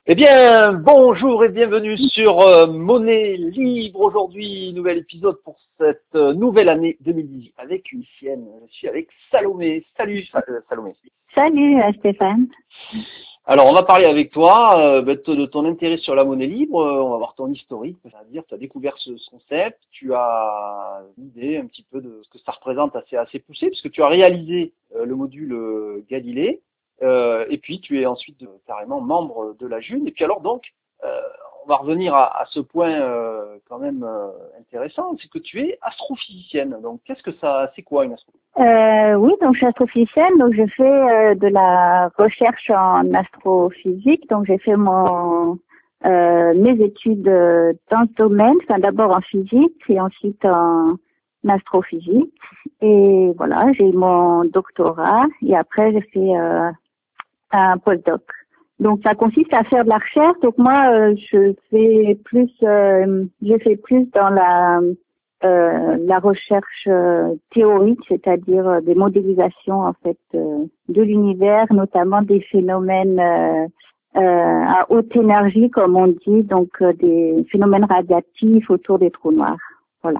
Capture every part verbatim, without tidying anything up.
Eh bien, bonjour et bienvenue sur euh, Monnaie Libre. Aujourd'hui, nouvel épisode pour cette euh, nouvelle année deux mille dix-huit avec une chienne. Je suis avec Salomé. Salut euh, Salomé. Salut euh, Stéphane. Alors, on va parler avec toi euh, de ton intérêt sur la monnaie libre. Euh, on va voir ton historique, c'est-à-dire tu as découvert ce, ce concept, tu as une idée un petit peu de ce que ça représente assez assez poussé, puisque tu as réalisé euh, le module euh, Galilée. Euh, et puis tu es ensuite euh, carrément membre de la J U N. Et puis alors donc, euh, on va revenir à, à ce point euh, quand même euh, intéressant, c'est que tu es astrophysicienne. Donc qu'est-ce que ça, c'est quoi une astrophysicienne? Euh, oui, donc je suis astrophysicienne, donc je fais euh, de la recherche en astrophysique, donc j'ai fait mon euh, mes études euh, dans ce domaine, enfin d'abord en physique et ensuite en astrophysique. Et voilà, j'ai eu mon doctorat et après j'ai fait euh, un postdoc. Donc ça consiste à faire de la recherche. Donc moi euh, je fais plus, euh, j'ai fait plus dans la euh, la recherche euh, théorique, c'est-à-dire euh, des modélisations en fait euh, de l'univers, notamment des phénomènes euh, euh, à haute énergie, comme on dit, donc euh, des phénomènes radiatifs autour des trous noirs. Voilà.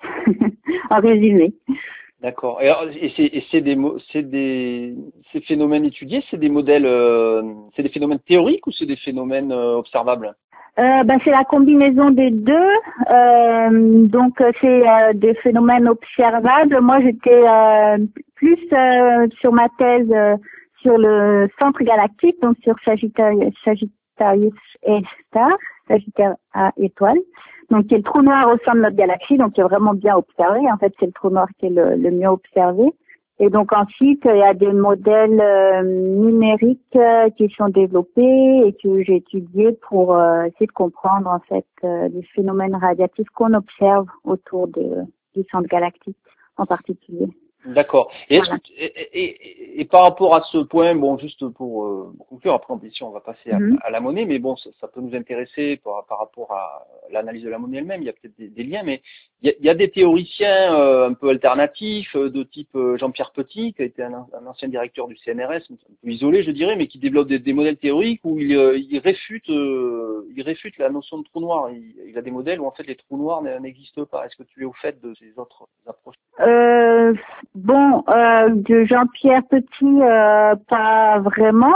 En résumé. D'accord. Et, alors, et c'est, et c'est des, c'est des, ces phénomènes étudiés, c'est des modèles, euh, c'est des phénomènes théoriques ou c'est des phénomènes euh, observables? Euh, ben, c'est la combinaison des deux. Euh, donc euh, c'est euh, des phénomènes observables. Moi j'étais euh, plus euh, sur ma thèse euh, sur le centre galactique, donc sur Sagittarius, Sagittarius et Star, Sagittaire A étoile. Donc qui est le trou noir au centre de notre galaxie, donc qui est vraiment bien observé. En fait c'est le trou noir qui est le, le mieux observé. Et donc ensuite, il y a des modèles euh, numériques euh, qui sont développés et que j'ai étudiés pour euh, essayer de comprendre en fait euh, les phénomènes radiatifs qu'on observe autour de, du centre galactique en particulier. D'accord. Et, est-ce Voilà. que, et, et, et, et par rapport à ce point, bon, juste pour, euh, pour conclure, après on, on va passer à, Mm-hmm. à la monnaie, mais bon, ça, ça peut nous intéresser par, par rapport à l'analyse de la monnaie elle-même. Il y a peut-être des, des liens, mais il y a, il y a des théoriciens euh, un peu alternatifs, euh, de type euh, Jean-Pierre Petit, qui a été un, un ancien directeur du C N R S, un peu isolé, je dirais, mais qui développe des, des modèles théoriques où il, euh, il réfute, euh, il réfute la notion de trou noir. Il, il a des modèles où en fait les trous noirs n'existent pas. Est-ce que tu es au fait de ces autres approches? Euh, bon, euh, de Jean-Pierre Petit, euh, pas vraiment.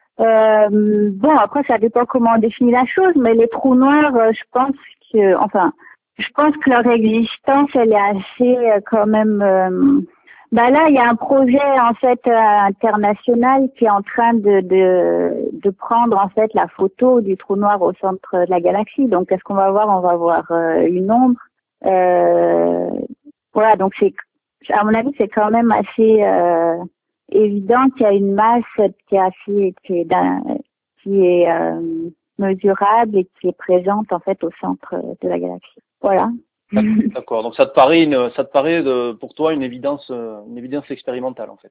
Euh, bon, après, ça dépend comment on définit la chose, mais les trous noirs, euh, je pense que, enfin, je pense que leur existence, elle est assez euh, quand même. Euh, bah là, il y a un projet en fait euh, international qui est en train de, de de prendre en fait la photo du trou noir au centre de la galaxie. Donc, qu'est-ce qu'on va voir? On va voir euh, une ombre. Euh, voilà, donc c'est, à mon avis, c'est quand même assez euh, évident qu'il y a une masse qui est assez, qui est, d'un, qui est euh, mesurable et qui est présente en fait au centre de la galaxie. Voilà. D'accord. Donc ça te paraît une, ça te paraît de, pour toi une évidence, une évidence expérimentale en fait.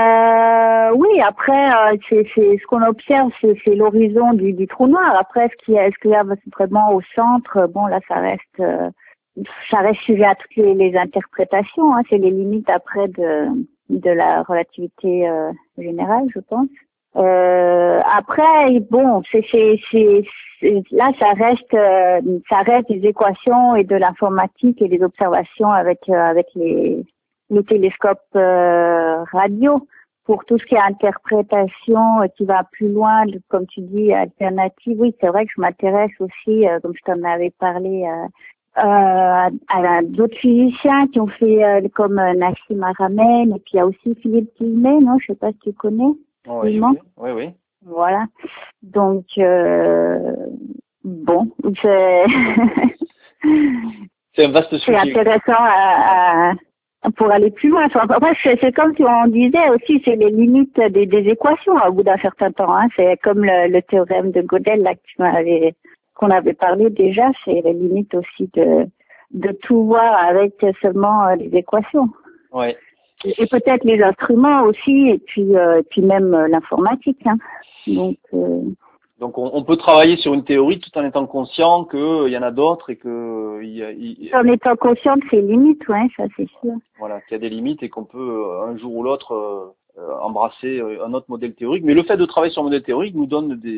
Euh, oui, après, euh, c'est, c'est ce qu'on observe, c'est, c'est l'horizon du, du trou noir. Après, ce qu'il y a, ce qu'il y a vraiment au centre, bon là, ça reste, euh, ça reste sujet à toutes les, les interprétations. Hein, c'est les limites après de, de la relativité euh, générale, je pense. Euh, après, bon, c'est, c'est, c'est, c'est là, ça reste, euh, ça reste des équations et de l'informatique et des observations avec euh, avec les les télescopes euh, radio. Pour tout ce qui est interprétation euh, qui va plus loin, comme tu dis, alternative, oui, c'est vrai que je m'intéresse aussi, euh, comme je t'en avais parlé, euh, euh, à d'autres physiciens qui ont fait euh, comme euh, Nassim Haramein, et puis il y a aussi Philippe Guillemet, non, je sais pas si tu connais. Oh, oui, oui, oui, oui. Voilà. Donc, euh, bon, c'est... c'est un vaste sujet. C'est intéressant à, à, pour aller plus loin. Enfin, après, c'est, c'est comme si on disait aussi, c'est les limites des, des équations au bout d'un certain temps. Hein. C'est comme le, le théorème de Gödel là, que tu m'avais, qu'on avait parlé déjà, c'est les limites aussi de, de tout voir avec seulement les équations. Ouais. Et, et peut-être les instruments aussi, et puis, euh, et puis même l'informatique. Hein. Donc, euh, Donc on, on peut travailler sur une théorie tout en étant conscient qu'il y en a d'autres et que il, il, en étant conscient de ses limites, ouais, ça c'est sûr. Voilà, qu'il y a des limites et qu'on peut un jour ou l'autre euh, embrasser un autre modèle théorique. Mais le fait de travailler sur un modèle théorique nous donne des,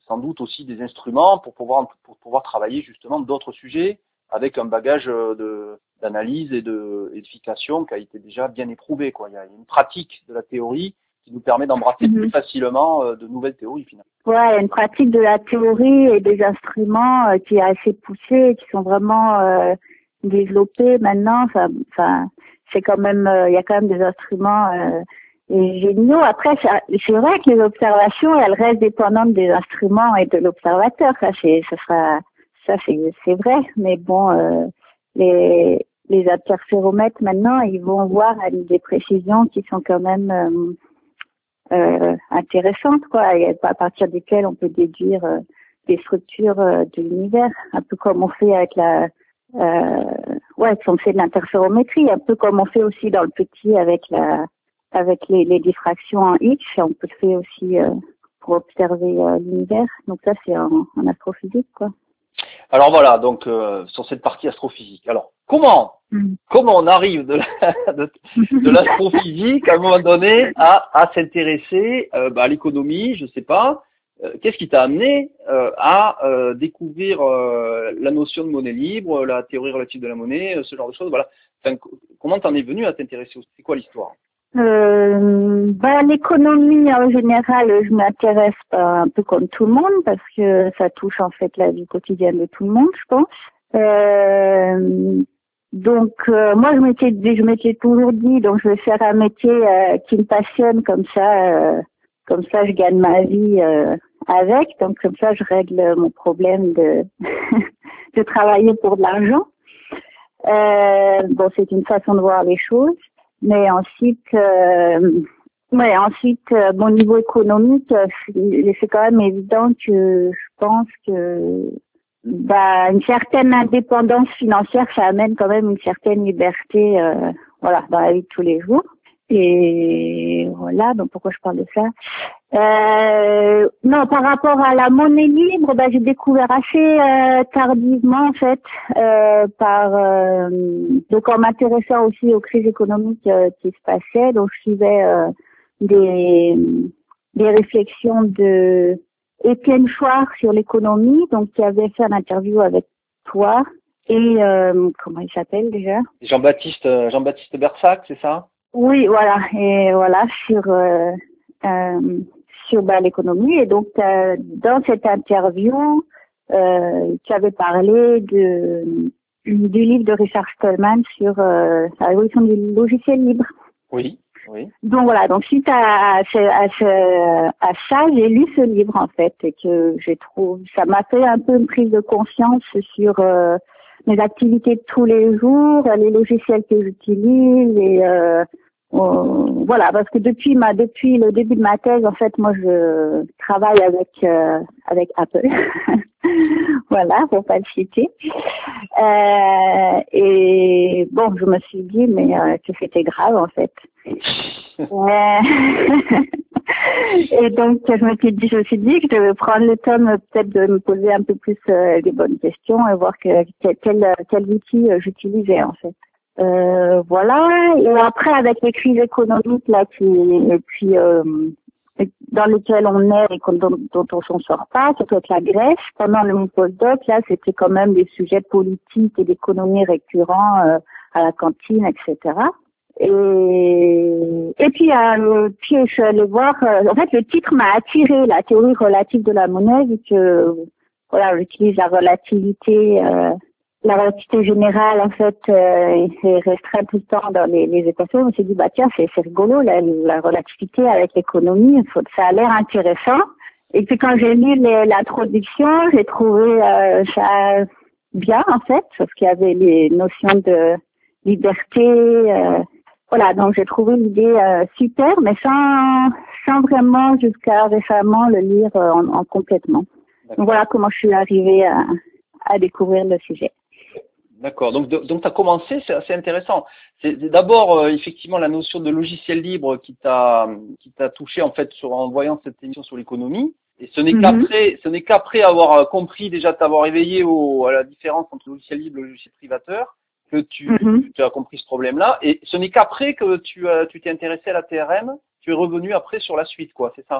sans doute aussi des instruments pour pouvoir pour pouvoir travailler justement d'autres sujets avec un bagage de d'analyse et de d'édification qui a été déjà bien éprouvé, quoi. Il y a une pratique de la théorie qui nous permet d'embrasser mm-hmm. plus facilement euh, de nouvelles théories finalement. Ouais, il y a une pratique de la théorie et des instruments euh, qui est assez poussée, qui sont vraiment euh, développés maintenant. Enfin, enfin, c'est quand même, euh, il y a quand même des instruments euh, et géniaux. Après, c'est vrai que les observations, elles restent dépendantes des instruments et de l'observateur. Ça, c'est, ça sera, ça, c'est, c'est vrai. Mais bon, euh, les, les interféromètres maintenant, ils vont voir des précisions qui sont quand même euh, euh, intéressantes, quoi. Et à partir desquelles on peut déduire euh, des structures euh, de l'univers, un peu comme on fait avec la, euh, ouais, si on fait de l'interférométrie, un peu comme on fait aussi dans le petit avec la avec les, les diffractions en X, on peut le faire aussi euh, pour observer euh, l'univers. Donc ça, c'est en, en astrophysique, quoi. Alors voilà, donc euh, sur cette partie astrophysique. Alors comment mm. comment on arrive de, la, de, de l'astrophysique à un moment donné à, à s'intéresser euh, bah, à l'économie, je sais pas. Euh, qu'est-ce qui t'a amené euh, à euh, découvrir euh, la notion de monnaie libre, la théorie relative de la monnaie, ce genre de choses. Voilà. Enfin, comment t'en es venu à t'intéresser? C'est quoi l'histoire? Euh, bah, l'économie en général, je m'intéresse un peu comme tout le monde parce que ça touche en fait la vie quotidienne de tout le monde, je pense. Euh, donc euh, moi je m'étais je m'étais toujours dit donc je vais faire un métier euh, qui me passionne, comme ça euh, comme ça je gagne ma vie euh, avec, donc comme ça je règle mon problème de de travailler pour de l'argent. Euh, bon, c'est une façon de voir les choses. Mais ensuite, euh, ouais, ensuite, euh, mon niveau économique, euh, c'est quand même évident que je pense que bah une certaine indépendance financière, ça amène quand même une certaine liberté, euh, voilà, dans la vie de tous les jours. Et voilà, donc pourquoi je parle de ça? Euh, non, par rapport à la monnaie libre, bah, j'ai découvert assez euh, tardivement en fait, euh, par euh, donc en m'intéressant aussi aux crises économiques euh, qui se passaient. Donc je suivais euh, des des réflexions de Étienne Chouard sur l'économie, donc qui avait fait une interview avec toi et euh, comment il s'appelle déjà? Jean-Baptiste Jean-Baptiste Bersac, c'est ça? Oui, voilà, et voilà sur euh, euh, sur bah, l'économie. Et donc euh, dans cette interview, euh, tu avais parlé de du livre de Richard Stallman sur euh, la révolution du logiciel libre. Oui, oui. Donc voilà, donc suite à, à, ce, à, ce, à ça, j'ai lu ce livre en fait et que j'ai trouvé, ça m'a fait un peu une prise de conscience sur euh, mes activités de tous les jours, les logiciels que j'utilise et euh, euh, voilà, parce que depuis ma depuis le début de ma thèse, en fait, moi je travaille avec euh, avec Apple, voilà, pour pas le citer. Euh, et bon, je me suis dit mais euh, que c'était grave en fait. Et donc je me suis dit, je me suis dit que je devais prendre le temps peut-être de me poser un peu plus euh, des bonnes questions et voir que quel quel, quel outil euh, j'utilisais en fait. Euh, voilà. Et après avec les crises économiques là qui et puis euh, dans lesquelles on est et dont, dont on s'en sort pas, surtout avec la Grèce, pendant le postdoc là c'était quand même des sujets politiques et d'économie récurrents euh, à la cantine, et cetera. Et, et puis, euh, puis je suis allée voir, euh, en fait le titre m'a attiré, la théorie relative de la monnaie, vu que voilà, j'utilise la relativité, euh, la relativité générale en fait, euh, est restreinte tout le temps dans les, les équations. Je me suis dit bah tiens c'est, c'est rigolo la, la relativité avec l'économie, ça a l'air intéressant. Et puis quand j'ai lu les, l'introduction, j'ai trouvé euh, ça bien en fait, parce qu'il y avait les notions de liberté. Euh, Voilà, donc j'ai trouvé l'idée euh, super, mais sans, sans vraiment jusqu'à récemment le lire euh, en, en complètement. Donc voilà comment je suis arrivée à, à découvrir le sujet. D'accord, donc donc tu as commencé, c'est assez intéressant. C'est d'abord euh, effectivement la notion de logiciel libre qui t'a qui t'a touché en fait sur, en voyant cette émission sur l'économie. Et ce n'est mm-hmm. qu'après ce n'est qu'après avoir compris, déjà t'avoir éveillé au, à la différence entre le logiciel libre et le logiciel privateur, que tu, mm-hmm. tu as compris ce problème-là, et ce n'est qu'après que tu as, tu t'es intéressé à la T R M, tu es revenu après sur la suite, quoi, c'est ça?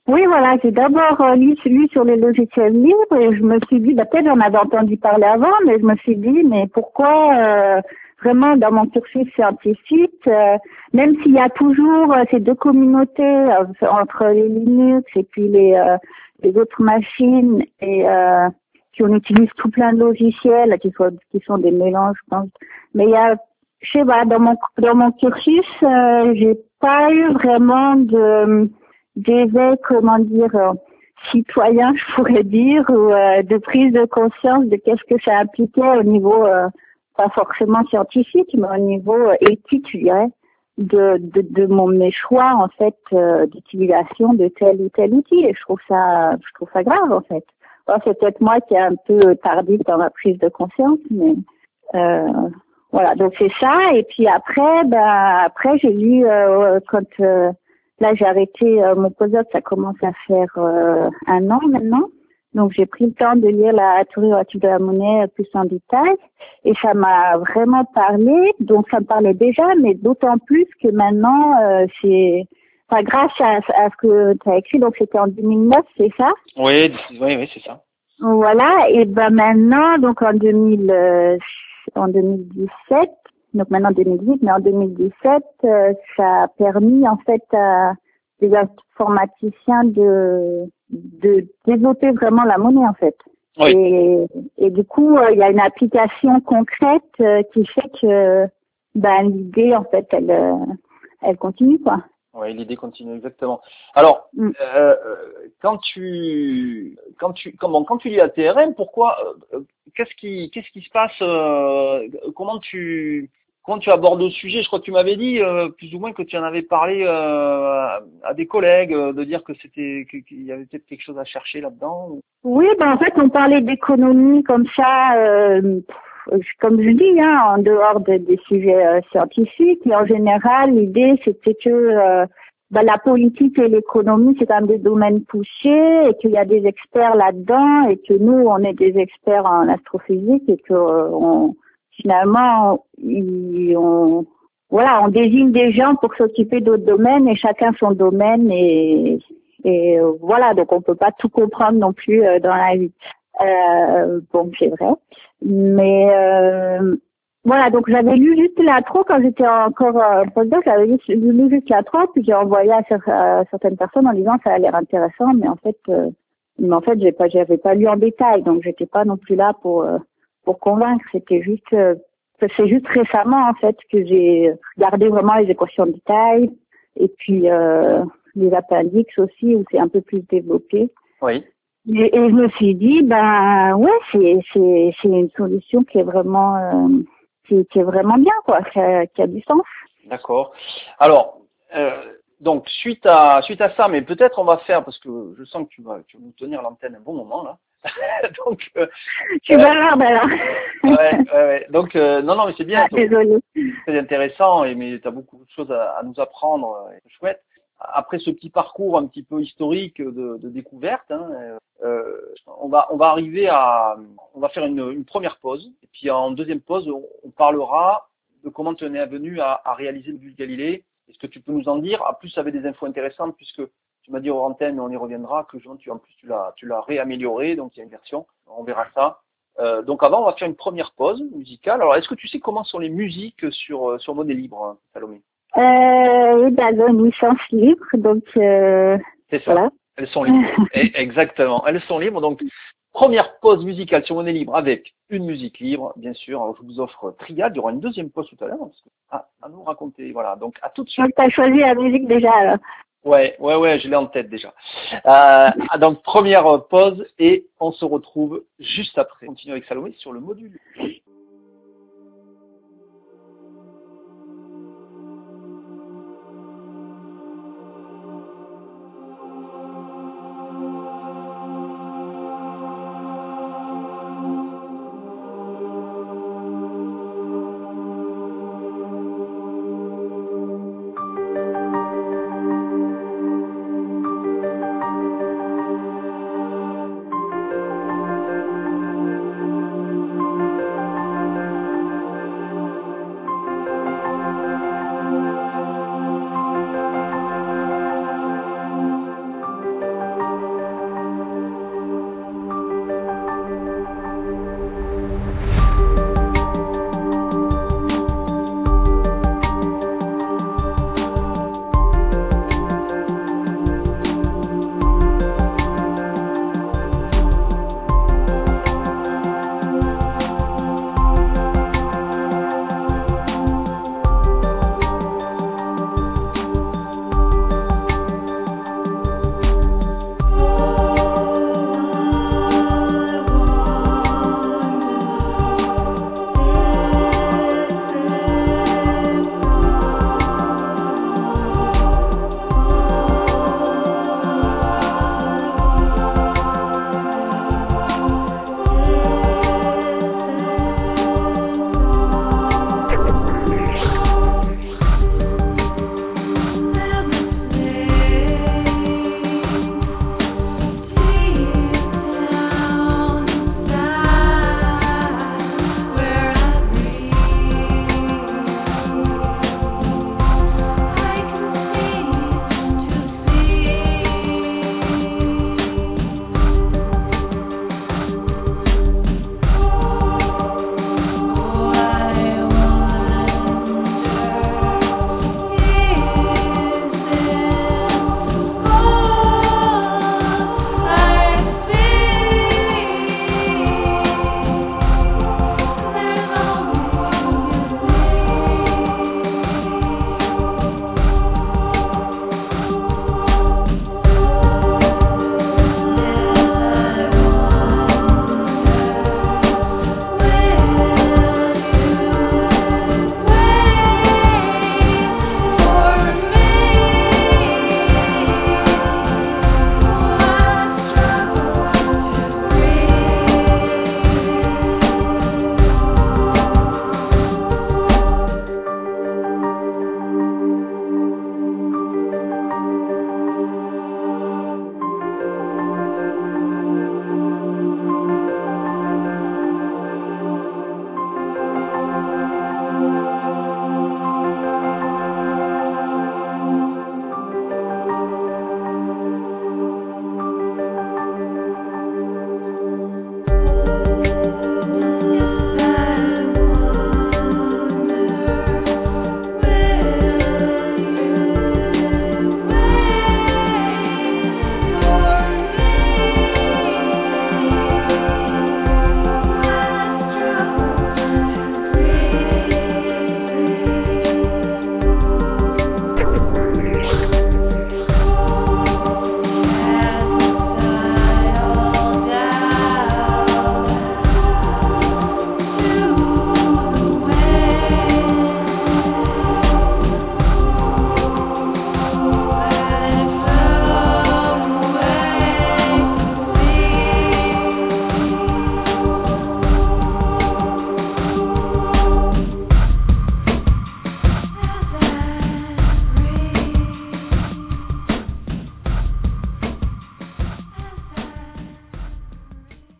Oui, voilà, j'ai d'abord euh, lu, lu sur les logiciels libres et je me suis dit, bah, peut-être j'en avais entendu parler avant, mais je me suis dit, mais pourquoi euh, vraiment dans mon cursus scientifique, euh, même s'il y a toujours euh, ces deux communautés euh, entre les Linux et puis les, euh, les autres machines et euh, puis on utilise tout plein de logiciels qui sont, qui sont des mélanges, je pense. Mais il y a, je sais pas, dans mon dans mon cursus, euh, j'ai pas eu vraiment de d'éveil, comment dire, euh, citoyen, je pourrais dire, ou euh, de prise de conscience de qu'est-ce que ça impliquait au niveau, euh, pas forcément scientifique, mais au niveau euh, éthique, je dirais, de, de, de mon, mes choix, en fait, euh, d'utilisation de tel ou tel outil. Et je trouve ça, je trouve ça grave, en fait. Alors, c'est peut-être moi qui est un peu tardif dans ma prise de conscience, mais euh, voilà. Donc c'est ça. Et puis après, ben après j'ai lu euh, quand euh, là, j'ai arrêté euh, mon postdoc, ça commence à faire euh, un an maintenant. Donc, j'ai pris le temps de lire la théorie relative de la monnaie euh, plus en détail. Et ça m'a vraiment parlé. Donc, ça me parlait déjà, mais d'autant plus que maintenant, euh, c'est... Enfin, grâce à, à ce que tu as écrit, donc c'était en deux mille neuf, c'est ça? Oui, oui, oui, c'est ça. Voilà. Et ben maintenant, donc en deux mille, euh, en deux mille dix-sept, donc maintenant deux mille dix-huit, mais en deux mille dix-sept, euh, ça a permis en fait à des informaticiens de de développer vraiment la monnaie en fait. Oui. Et, et du coup, euh, il y a une application concrète euh, qui fait que ben l'idée en fait elle euh, elle continue quoi. Oui, l'idée continue exactement. Alors, Mm. euh, quand tu quand tu comment quand tu lis la T R M, pourquoi euh, qu'est-ce qui qu'est-ce qui se passe euh, comment tu comment tu abordes le sujet? Je crois que tu m'avais dit euh, plus ou moins que tu en avais parlé euh, à des collègues, euh, de dire que c'était que- qu'il y avait peut-être quelque chose à chercher là-dedans. Oui, ben en fait, on parlait d'économie comme ça, euh, pff, comme je dis, hein, en dehors de- des sujets euh, scientifiques. Et en général, l'idée, c'était que euh, ben, la politique et l'économie, c'est quand même des domaines poussés et qu'il y a des experts là-dedans et que nous, on est des experts en astrophysique et que euh, on, finalement, on, on- voilà, on désigne des gens pour s'occuper d'autres domaines et chacun son domaine et et euh, voilà, donc on peut pas tout comprendre non plus euh, dans la vie. Euh, bon, c'est vrai. Mais euh, voilà, donc j'avais lu juste l'intro quand j'étais encore euh, postdoc, j'avais lu, lu juste l'intro, puis j'ai envoyé à, cer- à certaines personnes en disant ça a l'air intéressant, mais en fait, euh, mais en fait, j'ai pas, j'avais pas lu en détail, donc j'étais pas non plus là pour euh, pour convaincre. C'était juste, euh, c'est juste récemment en fait que j'ai regardé vraiment les équations de taille et puis euh, les appendices aussi où c'est un peu plus développé. Oui. Et, et je me suis dit, ben ouais, c'est c'est c'est une solution qui est vraiment euh, qui, qui est vraiment bien quoi, qui a, qui a du sens. D'accord. Alors, euh, donc suite à suite à ça, mais peut-être on va faire parce que je sens que tu vas tu vas nous tenir l'antenne un bon moment là. donc euh, Je suis euh, bavarde alors. ouais, ouais, ouais. Donc euh, non non mais c'est bien, Ah, désolée. c'est intéressant et mais tu as beaucoup de choses à, à nous apprendre, euh, c'est chouette. Après ce petit parcours un petit peu historique de, de découverte, hein, euh, on va on va arriver à on va faire une, une première pause et puis en deuxième pause on, on parlera de comment tu en es venu à, à réaliser le but Galilée. Est-ce que tu peux nous en dire? En plus, ça avait des infos intéressantes puisque tu m'as dit hors antenne, mais on y reviendra, que tu en plus tu l'as tu l'as réamélioré, donc il y a une version, on verra ça. Euh, donc avant, on va faire une première pause musicale. Alors, est-ce que tu sais comment sont les musiques sur sur Monnaie Libre, Salomé? Euh, oui, ben, une licence libre, donc euh, C'est ça. voilà. Elles sont libres. Et exactement. Elles sont libres. Donc, première pause musicale sur Monnaie Libre avec une musique libre, bien sûr. Alors, je vous offre Triade. Il y aura une deuxième pause tout à l'heure. Parce que, ah, à nous raconter. Voilà. Donc, à tout de suite. Donc t'as choisi la musique déjà alors. Ouais, ouais, ouais, je l'ai en tête déjà. Euh, donc, première pause et on se retrouve juste après. On continue avec Salomé sur le module.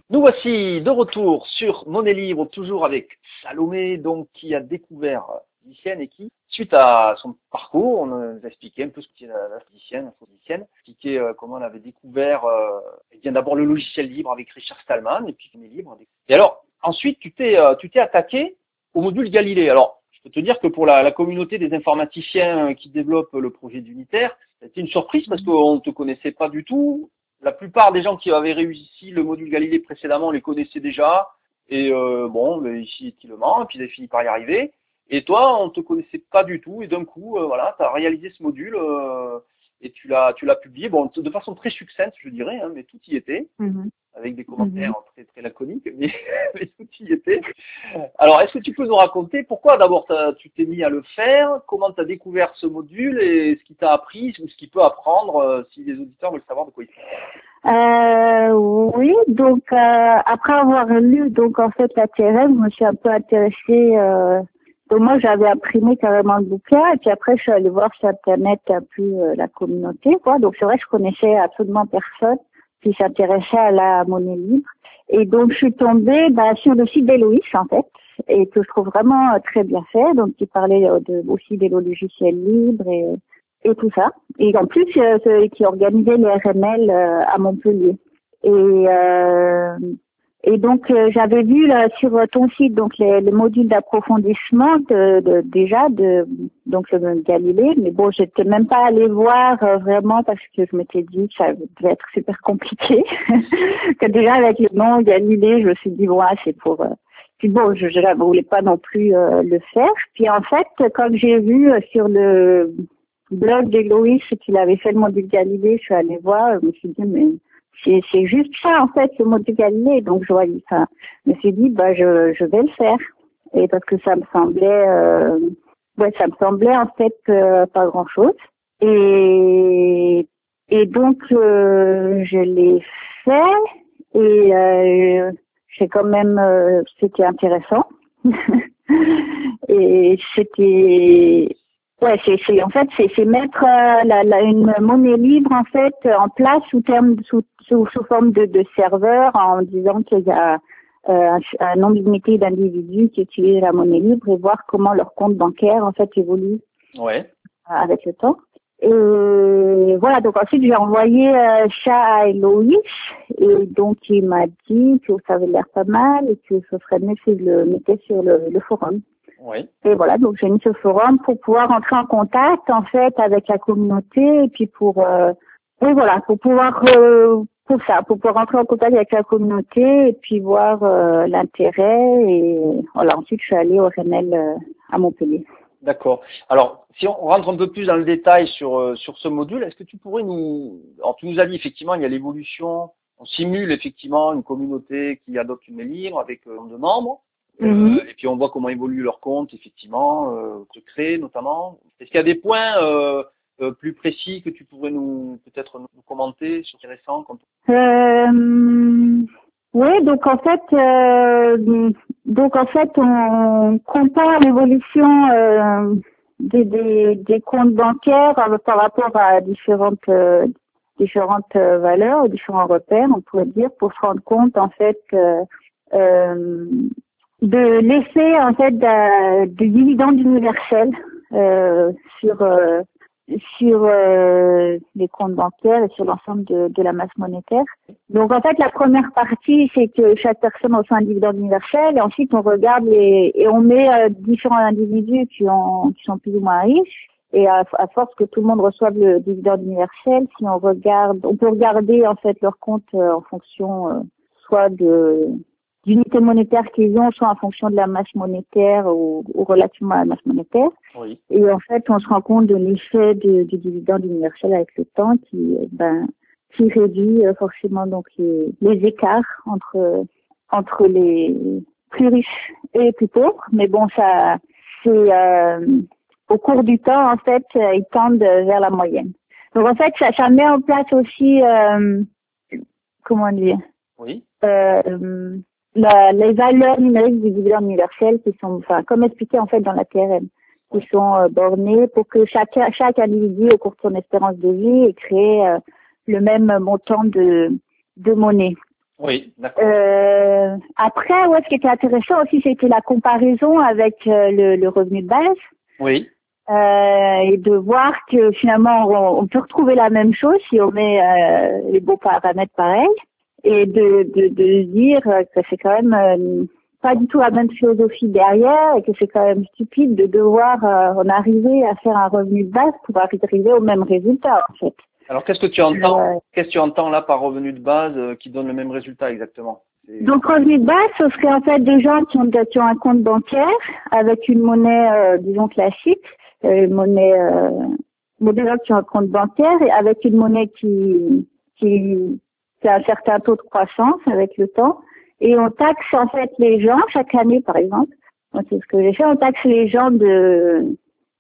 Nous voici de retour sur Monnaie Libre, toujours avec Salomé, donc qui a découvert physicienne et qui, suite à son parcours, on nous a expliqué un peu ce qu'était la, la physicienne, la physicienne, expliqué euh, comment elle avait découvert, euh, eh bien d'abord le logiciel libre avec Richard Stallman et puis Monnaie Libre. Et alors ensuite tu t'es euh, tu t'es attaqué au module Galilée. Alors je peux te dire que pour la, la communauté des informaticiens qui développent le projet d'unitaire, c'était une surprise parce qu'on ne te connaissait pas du tout. La plupart des gens qui avaient réussi le module Galilée précédemment les connaissaient déjà. Et euh, bon, mais ici il le ment, et puis ils avaient fini par y arriver. Et toi, on te connaissait pas du tout, et d'un coup, euh, voilà, tu as réalisé ce module euh, et tu l'as tu l'as publié, bon, de façon très succincte, je dirais, hein, mais tout y était, Mhm. avec des commentaires Mhm. très très laconiques, mais, mais tout y était. Alors, est-ce que tu peux nous raconter pourquoi d'abord tu t'es mis à le faire, comment tu as découvert ce module et ce qui t'a appris ou ce qu'il peut apprendre euh, si les auditeurs veulent savoir de quoi il s'agit? Euh, oui, donc euh, après avoir lu donc en fait la T R M, je me suis un peu intéressée. Euh, donc moi j'avais imprimé carrément le bouquin et puis après je suis allée voir sur internet un peu euh, la communauté quoi. Donc c'est vrai que je connaissais absolument personne qui s'intéressait à la monnaie libre et donc je suis tombée bah, sur le site d'Héloïse en fait et que je trouve vraiment euh, très bien fait. Donc qui parlait euh, de, aussi des logiciels libres et et tout ça. Et en plus, euh, qui organisait les R M L euh, à Montpellier. Et, euh, et donc, euh, j'avais vu là, sur ton site donc les, les modules d'approfondissement de, de, déjà de donc le Galilée. Mais bon, j'étais même pas allée voir euh, vraiment parce que je m'étais dit que ça devait être super compliqué. Que déjà avec le nom Galilée, je me suis dit bon, ah, c'est pour. Euh, Puis bon, je ne voulais pas non plus euh, le faire. Puis en fait, quand j'ai vu euh, sur le blog d'Héloïse qu'il avait fait le module Galilée, je suis allée voir, je me suis dit, mais c'est, c'est juste ça, en fait, le module Galilée. Donc, je voyais ça. Je me suis dit, bah, je, je vais le faire. Et parce que ça me semblait, euh, ouais, ça me semblait, en fait, euh, pas grand chose. Et, et donc, euh, je l'ai fait et, euh, j'ai quand même, euh, c'était intéressant. Et c'était, ouais, c'est, c'est en fait c'est, c'est mettre euh, la, la, une monnaie libre en fait en place sous terme sous, sous, sous forme de, de serveur en disant qu'il y a euh, un, un nombre limité d'individus qui utilisent la monnaie libre et voir comment leur compte bancaire en fait évolue Ouais. avec le temps. Et voilà, donc ensuite j'ai envoyé euh, ça à Héloïse et donc il m'a dit que ça avait l'air pas mal et que ce serait mieux si je le mettais sur le, le forum. Oui. Et voilà, donc j'ai mis ce forum pour pouvoir entrer en contact en fait avec la communauté et puis pour euh, et voilà, pour pouvoir euh, pour ça, pour pouvoir entrer en contact avec la communauté et puis voir euh, l'intérêt et voilà, ensuite je suis allée au R M L euh, à Montpellier. D'accord. Alors, si on rentre un peu plus dans le détail sur euh, sur ce module, est-ce que tu pourrais nous... Alors, tu nous as dit, effectivement, il y a l'évolution, on simule effectivement une communauté qui adopte une monnaie libre avec euh, un nombre de membres, euh, Mm-hmm. et puis on voit comment évolue leur compte, effectivement, euh, se créer notamment. Est-ce qu'il y a des points euh, euh, plus précis que tu pourrais nous peut-être nous commenter sur ces récents quand... Euh, oui, donc en fait, euh, donc en fait, on compare l'évolution euh, des, des, des comptes bancaires euh, par rapport à différentes euh, différentes euh, valeurs, différents repères, on pourrait dire, pour se rendre compte en fait euh, euh, de l'effet en fait d'un- du dividende universel euh, sur euh, sur euh, les comptes bancaires et sur l'ensemble de, de la masse monétaire. Donc en fait la première partie c'est que chaque personne reçoit un dividende universel et ensuite on regarde les et on met euh, différents individus qui ont qui sont plus ou moins riches et à, à force que tout le monde reçoive le dividende universel, si on regarde, on peut regarder en fait leur compte euh, en fonction euh, soit de d'unités monétaires qu'ils ont, soit en fonction de la masse monétaire ou, ou relativement à la masse monétaire. Oui. Et en fait, on se rend compte de l'effet de, du dividende universel avec le temps qui, ben, qui réduit euh, forcément donc les, les écarts entre entre les plus riches et les plus pauvres. Mais bon, ça, c'est euh, au cours du temps, en fait, euh, ils tendent vers la moyenne. Donc en fait, ça, ça met en place aussi, euh, comment dire, Oui. euh, la, les valeurs numériques du dividende universel qui sont, enfin, comme expliqué en fait dans la T R M, qui sont euh, bornées pour que chaque chaque individu au cours de son espérance de vie ait créé euh, le même montant de de monnaie. Oui, d'accord. Euh, après, ouais, ce qui était intéressant aussi, c'était la comparaison avec euh, le, le revenu de base. Oui. Euh, et de voir que finalement, on, on peut retrouver la même chose si on met euh, les bons paramètres pareils. Et de, de, de se dire que c'est quand même euh, pas du tout la même philosophie derrière et que c'est quand même stupide de devoir euh, en arriver à faire un revenu de base pour arriver au même résultat, en fait. Alors, qu'est-ce que tu entends, Euh, qu'est-ce que tu entends là par revenu de base euh, qui donne le même résultat exactement? C'est- Donc, revenu de base, ce serait en fait des gens qui ont, qui ont un compte bancaire avec une monnaie, euh, disons, classique, euh, une monnaie, euh, bon, des gens qui ont un compte bancaire et avec une monnaie qui, qui, qui a un certain taux de croissance avec le temps. Et on taxe en fait les gens, chaque année par exemple, donc, c'est ce que j'ai fait, on taxe les gens de,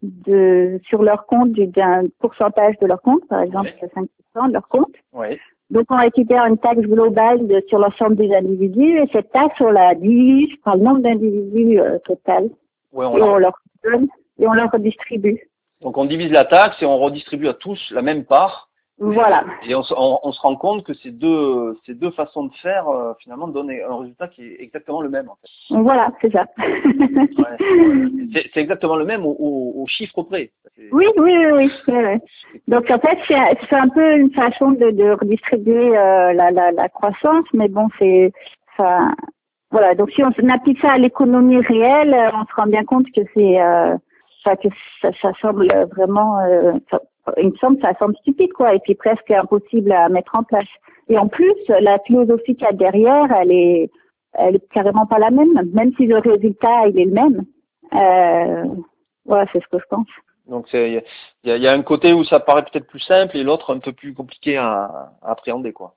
de, sur leur compte d'un pourcentage de leur compte, par exemple, Oui. cinq pour cent de leur compte. Oui. Donc, on récupère une taxe globale de, sur l'ensemble des individus et cette taxe, on la divise par le nombre d'individus euh, total Ouais, on et la- on leur donne et on leur redistribue. Donc, on divise la taxe et on redistribue à tous la même part. Voilà. Et on, se- on- on se rend compte que ces deux, ces deux façons de faire, euh, finalement, donnent un résultat qui est exactement le même, en fait. Voilà, c'est ça. Ouais. C'est c'est exactement le même au, au, au chiffre près. C'est- Oui, oui, oui, oui. Ouais, ouais. Donc, en fait, c'est c'est un peu une façon de, de redistribuer euh, la, la, la croissance, mais bon, c'est ça. Voilà. Donc, si on applique ça à l'économie réelle, euh, on se rend bien compte que c'est euh, ça, que ça, ça semble vraiment, euh, ça, il me semble, ça semble stupide, quoi, et puis presque impossible à mettre en place. Et en plus, la philosophie qu'il y a derrière, elle est, elle est carrément pas la même, même si le résultat il est le même. Euh, voilà, c'est ce que je pense. Donc, c'est- il y a, il y a un côté où ça paraît peut-être plus simple et l'autre un peu plus compliqué à, à appréhender, quoi.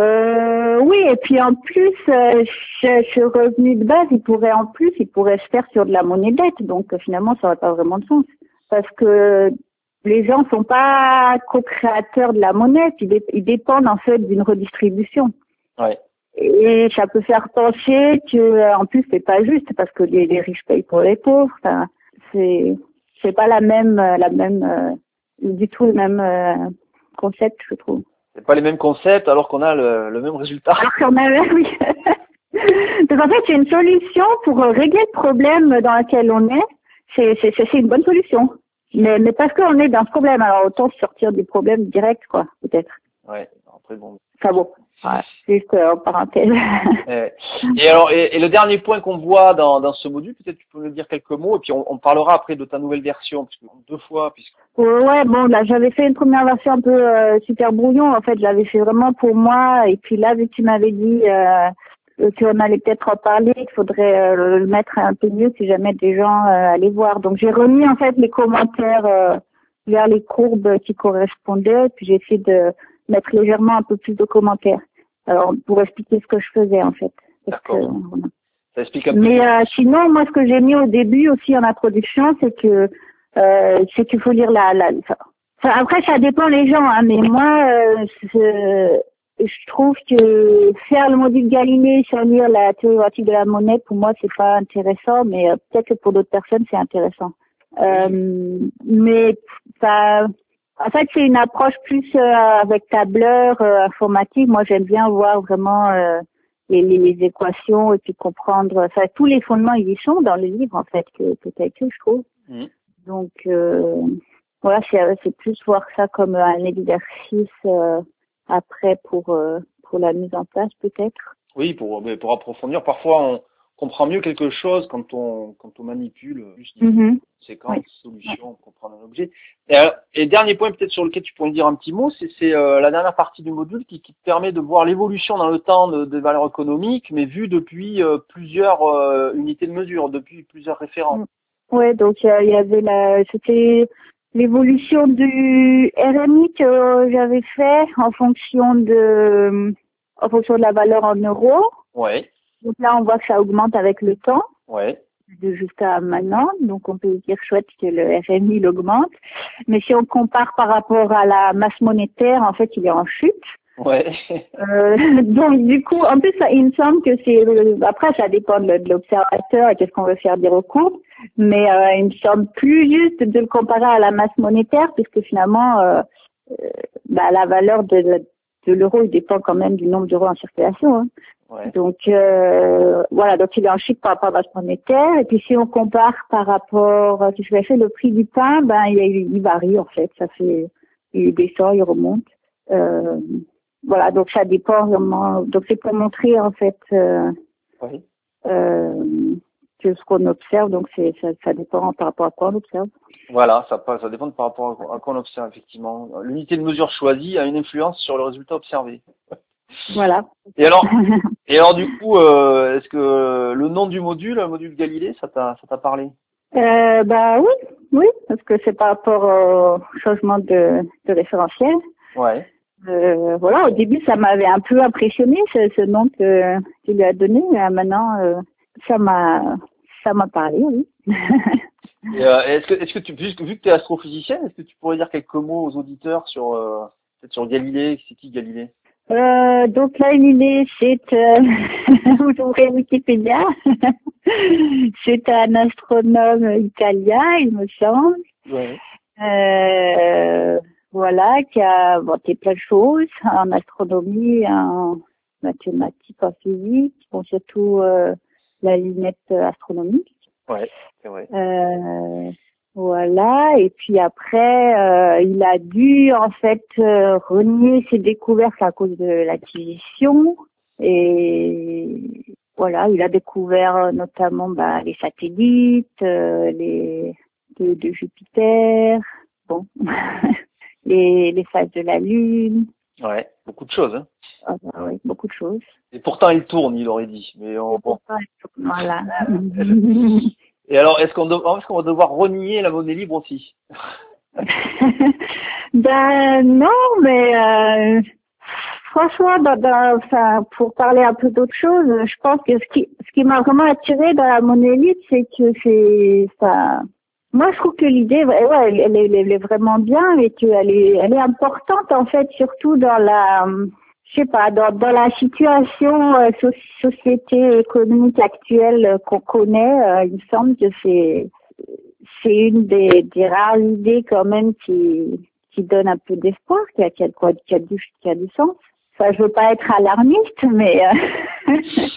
Euh, oui, et puis en plus, euh, ce, ce revenu de base, il pourrait en plus, il pourrait se faire sur de la monnaie dette, donc euh, finalement, ça n'aurait pas vraiment de sens, parce que les gens sont pas co-créateurs de la monnaie, ils, dé- ils dépendent en fait d'une redistribution. Ouais. Et ça peut faire penser que, euh, en plus, c'est pas juste, parce que les, les riches payent pour les pauvres. Enfin, c'est, c'est pas la même, euh, la même, euh, du tout le même euh, concept, je trouve. C'est pas les mêmes concepts alors qu'on a le, le même résultat. Alors qu'on avait, oui. Donc en fait, c'est une solution pour euh, régler le problème dans lequel on est. C'est, c'est, c'est c'est une bonne solution. Mais, mais parce qu'on est dans ce problème, alors autant sortir du problème direct, quoi, peut-être. Ouais. Après, bon. Enfin bon, voilà, juste euh, en parenthèse. Euh, Et alors, et, et le dernier point qu'on voit dans, dans ce module, peut-être tu peux nous dire quelques mots, et puis on, on parlera après de ta nouvelle version, parce que deux fois, puisque Euh, ouais, bon, là, j'avais fait une première version un peu euh, super brouillon. En fait, j'avais fait vraiment pour moi. Et puis là, vu que tu m'avais dit euh, euh, qu'on allait peut-être en parler, qu'il faudrait euh, le mettre un peu mieux si jamais des gens euh, allaient voir. Donc, j'ai remis en fait les commentaires euh, vers les courbes qui correspondaient. Puis j'ai essayé de mettre légèrement un peu plus de commentaires. Alors, pour expliquer ce que je faisais en fait. Parce que, d'accord, voilà. ça explique un peu. Mais euh, sinon, moi, ce que j'ai mis au début aussi en introduction, c'est que euh, c'est qu'il faut lire la, la. Enfin, après, ça dépend les gens, hein, mais moi, euh, je, je trouve que faire le module Galilée sans lire la théorie de la monnaie, pour moi, c'est pas intéressant, mais euh, peut-être que pour d'autres personnes, c'est intéressant. Euh, mais ça, en fait, c'est une approche plus euh, avec tableur euh, informatique. Moi, j'aime bien voir vraiment. Euh, Les, les, les équations et puis comprendre, enfin tous les fondements ils y sont dans le livre en fait que, que tu as écrit, je trouve. Mmh. Donc euh, voilà, c'est, c'est plus voir ça comme un exercice euh, après pour euh, pour la mise en place peut-être. Oui, pour, mais pour approfondir, parfois on comprend mieux quelque chose quand on quand on manipule juste une Mm-hmm. séquence, Oui. solution, comprendre un objet. Et, euh, et dernier point peut-être sur lequel tu pourrais me dire un petit mot, c'est, c'est euh, la dernière partie du module qui, qui te permet de voir l'évolution dans le temps de, des valeurs économiques, mais vue depuis euh, plusieurs euh, unités de mesure, depuis plusieurs références. Mm. Ouais, donc il y, y avait la, c'était l'évolution du R M I que j'avais fait en fonction de en fonction de la valeur en euros. Ouais, Donc là, on voit que ça augmente avec le temps. ouais, De jusqu'à maintenant, donc on peut dire chouette que le R M I il augmente, mais si on compare par rapport à la masse monétaire, en fait il est en chute. ouais. Euh, donc du coup, en plus ça, il me semble que c'est, après ça dépend de, de l'observateur et qu'est-ce qu'on veut faire dire au cours, mais euh, il me semble plus juste de le comparer à la masse monétaire puisque finalement euh, euh, bah, la valeur de, de l'euro, il dépend quand même du nombre d'euros en circulation. Hein. Ouais. Donc euh, voilà, donc il est en chute par rapport à la base monétaire. Et puis si on compare par rapport, euh, si je fait le prix du pain, ben il, il varie en fait. Ça fait, il descend, il remonte. Euh, voilà, donc ça dépend vraiment. Donc c'est pour montrer en fait. Euh, Oui. euh, que ce qu'on observe, donc c'est ça, ça dépend par rapport à quoi on observe. Voilà, ça, ça dépend par rapport à quoi on observe, effectivement. L'unité de mesure choisie a une influence sur le résultat observé. Voilà. Et alors, et alors du coup, euh, est-ce que le nom du module, le module Galilée, ça t'a, ça t'a parlé? Euh, bah oui, oui, parce que c'est par rapport au changement de, de référentiel. Ouais. Euh, voilà, au début, ça m'avait un peu impressionné ce, ce nom que tu lui as donné. Mais maintenant, euh, ça m'a, ça m'a parlé, oui. Et, euh, est-ce que, est-ce que tu, vu, vu que tu es astrophysicienne, est-ce que tu pourrais dire quelques mots aux auditeurs sur, euh, peut-être sur Galilée? C'est qui Galilée? Euh, donc là, Galilée, c'est, euh, vous ouvrez Wikipédia, c'est un astronome italien, il me semble. Ouais. Euh, voilà, qui a inventé plein de choses en astronomie, en mathématiques, en physique, bon, surtout euh, la lunette astronomique. Ouais, c'est vrai. Euh, voilà, et puis après, euh, il a dû en fait euh, renier ses découvertes à cause de l'acquisition. Et voilà, il a découvert euh, notamment bah, les satellites, euh, les de, de Jupiter, bon, les, les phases de la Lune. Ouais, beaucoup de choses, hein. Ah bah oui, beaucoup de choses. Et pourtant, il tourne, il aurait dit. Mais on, bon. Voilà. Et alors, est-ce qu'on de- est-ce qu'on va devoir renier la monnaie libre aussi? Ben non, mais euh, franchement, dans, dans, enfin, pour parler un peu d'autre chose, je pense que ce qui, ce qui m'a vraiment attiré dans la monnaie libre, c'est que c'est ça. Moi, je trouve que l'idée, ouais, ouais, elle, elle, elle est vraiment bien et qu'elle est, elle est importante en fait, surtout dans la, je sais pas, dans, dans la situation euh, so- société économique actuelle euh, qu'on connaît. Euh, il me semble que c'est c'est une des, des rares idées quand même qui, qui donne un peu d'espoir, qui a, qui a, quoi, qui a, du, qui a du sens. Enfin, je veux pas être alarmiste, mais euh,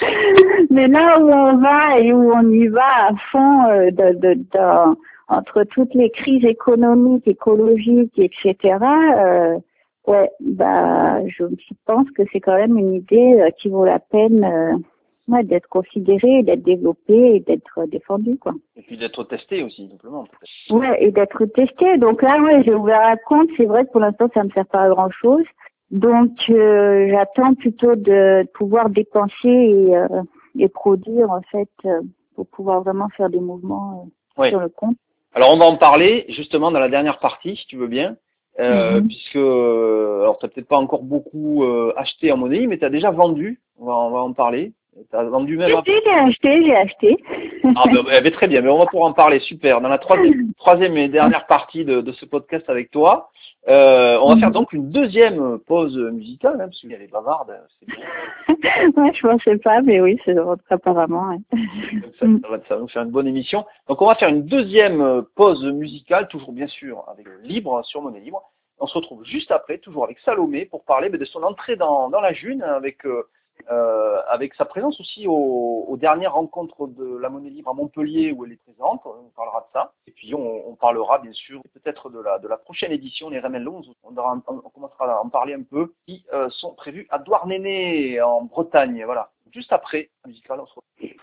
mais là où on va et où on y va à fond, euh, de, de, de, entre toutes les crises économiques, écologiques, et cetera. Euh, ouais, bah, je pense que c'est quand même une idée euh, qui vaut la peine. Euh, Ouais, d'être considéré, d'être développé et d'être défendu, quoi. Et puis d'être testé aussi, simplement. Peut-être. Ouais, et d'être testé. Donc là, ouais, j'ai ouvert un compte. C'est vrai que pour l'instant, ça me sert pas à grand chose. Donc, euh, j'attends plutôt de pouvoir dépenser et, euh, et produire, en fait, euh, pour pouvoir vraiment faire des mouvements euh, Oui. sur le compte. Alors, on va en parler, justement, dans la dernière partie, si tu veux bien. Euh, Mm-hmm. puisque, euh, alors, tu n'as peut-être pas encore beaucoup euh, acheté en monnaie, mais tu as déjà vendu. On va, on va en parler. Tu as vendu même... J'ai j'ai acheté, j'ai acheté. Ah ben, ben, ben, très bien, mais on va pouvoir en parler, super. Dans la troisième, troisième et dernière partie de, de ce podcast avec toi, euh, on va faire donc une deuxième pause musicale, hein, parce qu'elle est bavarde, c'est bien. Ouais, je pensais pas, mais oui, c'est votre apparemment. Ouais. Donc ça, ça, va, ça va nous faire une bonne émission. Donc on va faire une deuxième pause musicale, toujours bien sûr avec Libre sur Monnaie Libre. On se retrouve juste après, toujours avec Salomé, pour parler ben, de son entrée dans, dans la June, avec euh, Euh, avec sa présence aussi aux, aux dernières rencontres de la monnaie libre à Montpellier où elle est présente, on parlera de ça. Et puis on, on parlera bien sûr peut-être de la, de la prochaine édition, les Remen Loans, on, on commencera à en parler un peu, qui euh, sont prévus à Douarnenez en Bretagne. Voilà, juste après, musical, on se retrouve.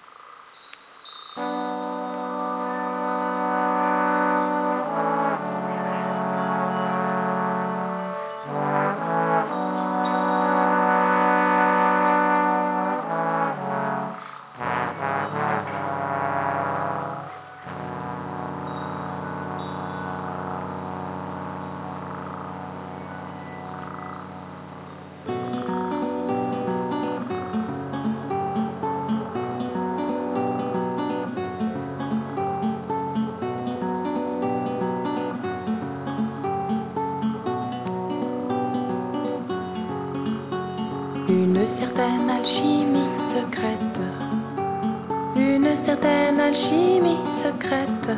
Une certaine alchimie secrète, une certaine alchimie secrète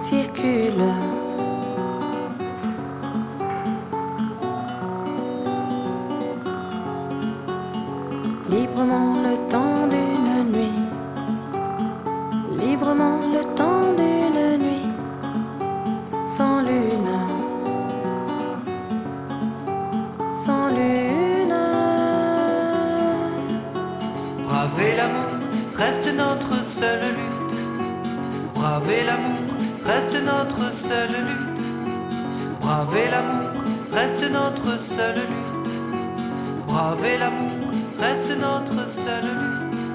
circule librement le temps d'une nuit, librement le temps d'une nuit, sans lune, sans lune. Braver l'amour reste notre seule lutte. Braver l'amour reste notre seule lutte. Braver l'amour reste notre seule lutte. Braver l'amour reste notre seule lutte.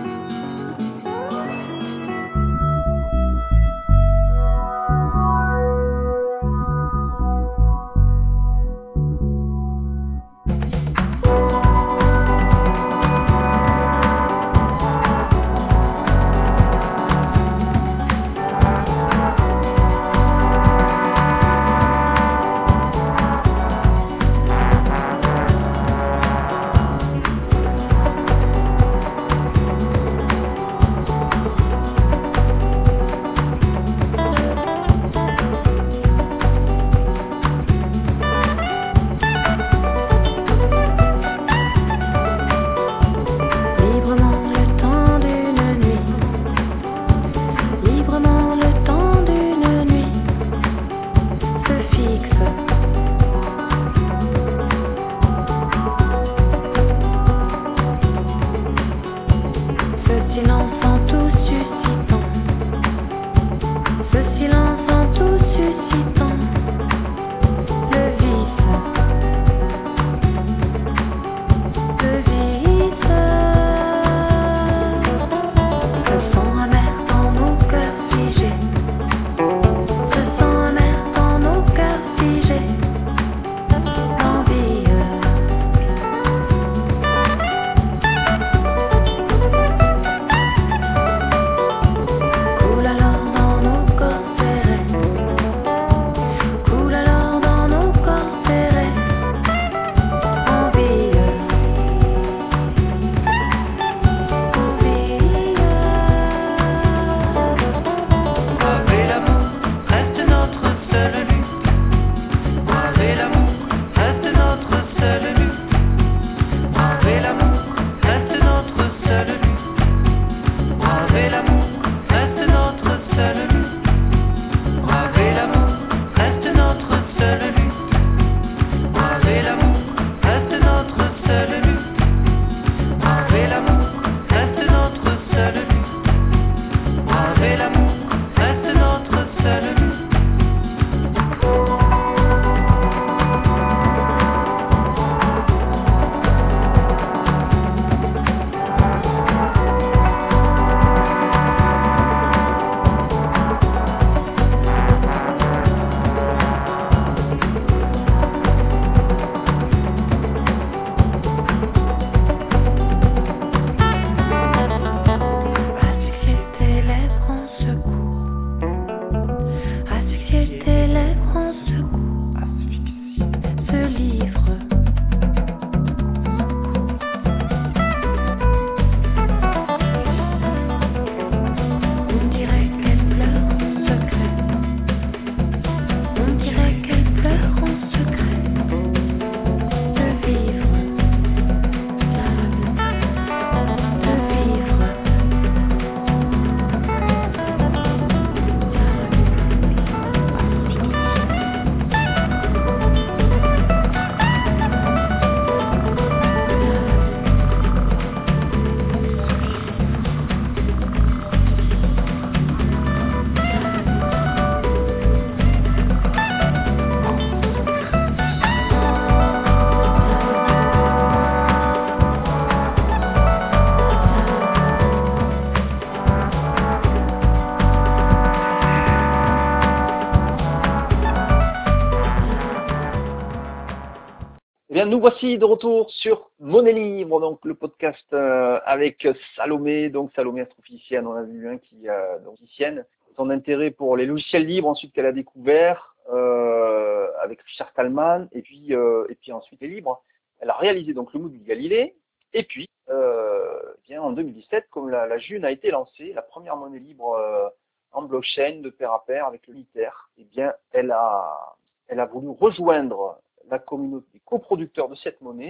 bien, nous voici de retour sur Monnaie Libre, donc le podcast euh, avec Salomé, donc Salomé astrophysicienne, on a vu un hein, qui euh, donc physicienne, son intérêt pour les logiciels libres, ensuite qu'elle a découvert euh, avec Richard Stallman, et puis euh, et puis ensuite les libres. Elle a réalisé donc le module Galilée, et puis euh, bien en deux mille dix-sept, comme la, la June a été lancée, la première monnaie libre euh, en blockchain de pair à pair avec le Litaire, et bien elle a elle a voulu rejoindre la communauté des coproducteurs de cette monnaie